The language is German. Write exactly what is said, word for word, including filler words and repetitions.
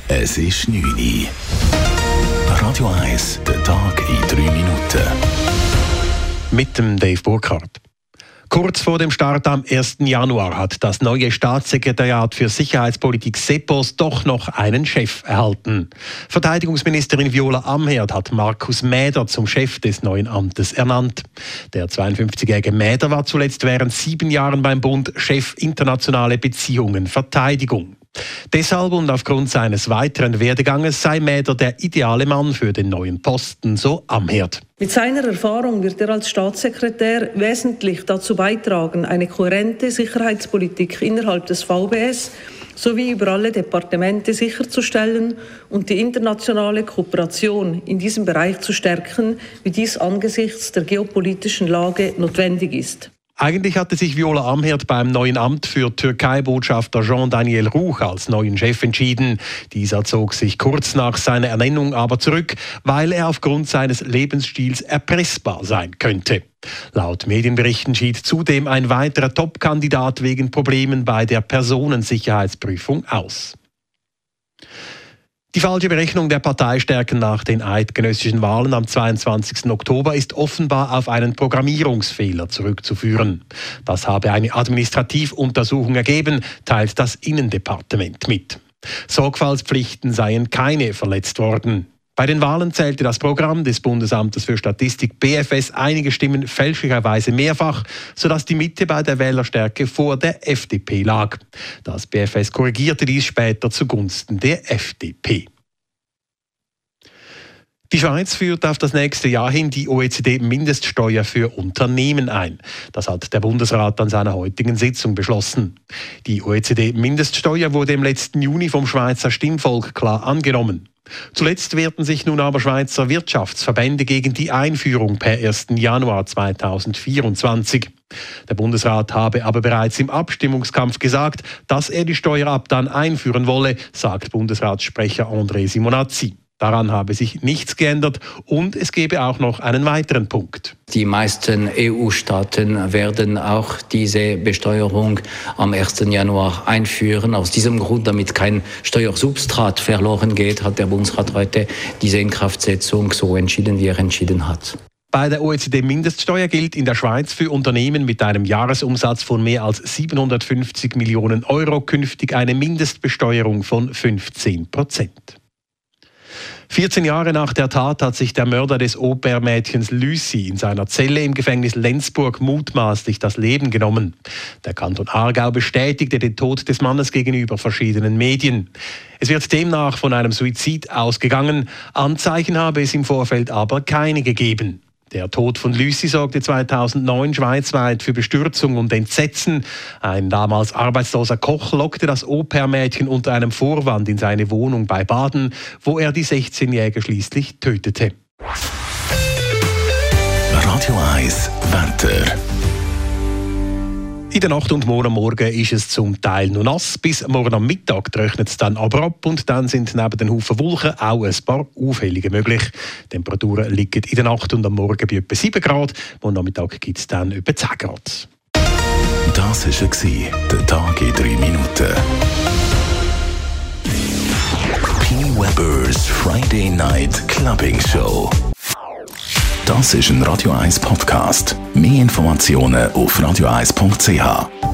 Es ist neun Uhr. Radio eins, der Tag in drei Minuten. Mit dem Dave Burkhardt. Kurz vor dem Start am ersten Januar hat das neue Staatssekretariat für Sicherheitspolitik SEPOS doch noch einen Chef erhalten. Verteidigungsministerin Viola Amherd hat Markus Mäder zum Chef des neuen Amtes ernannt. Der zweiundfünfzigjährige Mäder war zuletzt während sieben Jahren beim Bund Chef internationale Beziehungen Verteidigung. Deshalb und aufgrund seines weiteren Werdeganges sei Mäder der ideale Mann für den neuen Posten, so Amherd. Mit seiner Erfahrung wird er als Staatssekretär wesentlich dazu beitragen, eine kohärente Sicherheitspolitik innerhalb des V B S sowie über alle Departemente sicherzustellen und die internationale Kooperation in diesem Bereich zu stärken, wie dies angesichts der geopolitischen Lage notwendig ist. Eigentlich hatte sich Viola Amherd beim neuen Amt für Türkei-Botschafter Jean-Daniel Ruch als neuen Chef entschieden. Dieser zog sich kurz nach seiner Ernennung aber zurück, weil er aufgrund seines Lebensstils erpressbar sein könnte. Laut Medienberichten schied zudem ein weiterer Top-Kandidat wegen Problemen bei der Personensicherheitsprüfung aus. Die falsche Berechnung der Parteistärken nach den eidgenössischen Wahlen am zweiundzwanzigsten Oktober ist offenbar auf einen Programmierungsfehler zurückzuführen. Das habe eine Administrativuntersuchung ergeben, teilt das Innendepartement mit. Sorgfaltspflichten seien keine verletzt worden. Bei den Wahlen zählte das Programm des Bundesamtes für Statistik B F S einige Stimmen fälschlicherweise mehrfach, sodass die Mitte bei der Wählerstärke vor der F D P lag. Das B F S korrigierte dies später zugunsten der F D P. Die Schweiz führt auf das nächste Jahr hin die O E C D-Mindeststeuer für Unternehmen ein. Das hat der Bundesrat an seiner heutigen Sitzung beschlossen. Die O E C D-Mindeststeuer wurde im letzten Juni vom Schweizer Stimmvolk klar angenommen. Zuletzt wehrten sich nun aber Schweizer Wirtschaftsverbände gegen die Einführung per ersten Januar zweitausendvierundzwanzig. Der Bundesrat habe aber bereits im Abstimmungskampf gesagt, dass er die Steuer ab dann einführen wolle, sagt Bundesratssprecher André Simonazzi. Daran habe sich nichts geändert und es gebe auch noch einen weiteren Punkt. Die meisten E U-Staaten werden auch diese Besteuerung am ersten Januar einführen. Aus diesem Grund, damit kein Steuersubstrat verloren geht, hat der Bundesrat heute diese Inkraftsetzung so entschieden, wie er entschieden hat. Bei der O E C D-Mindeststeuer gilt in der Schweiz für Unternehmen mit einem Jahresumsatz von mehr als siebenhundertfünfzig Millionen Euro künftig eine Mindestbesteuerung von fünfzehn Prozent. vierzehn Jahre nach der Tat hat sich der Mörder des Au-pair-Mädchens Lucy in seiner Zelle im Gefängnis Lenzburg mutmaßlich das Leben genommen. Der Kanton Aargau bestätigte den Tod des Mannes gegenüber verschiedenen Medien. Es wird demnach von einem Suizid ausgegangen. Anzeichen habe es im Vorfeld aber keine gegeben. Der Tod von Lucy sorgte zweitausendneun schweizweit für Bestürzung und Entsetzen. Ein damals arbeitsloser Koch lockte das Au-pair-Mädchen unter einem Vorwand in seine Wohnung bei Baden, wo er die sechzehnjährige schließlich tötete. Radio eins Wetter. In der Nacht und morgen Morgen ist es zum Teil noch nass. Bis morgen am Mittag trocknet es dann aber ab und dann sind neben den Haufen Wolken auch ein paar Aufhellungen möglich. Die Temperaturen liegen in der Nacht und am Morgen bei etwa sieben Grad. Am Nachmittag gibt es dann etwa zehn Grad. Das war der Tag in drei Minuten. P. Weber's Friday Night Clubbing Show. Das ist ein Radio eins Podcast. Mehr Informationen auf radio eins punkt c h.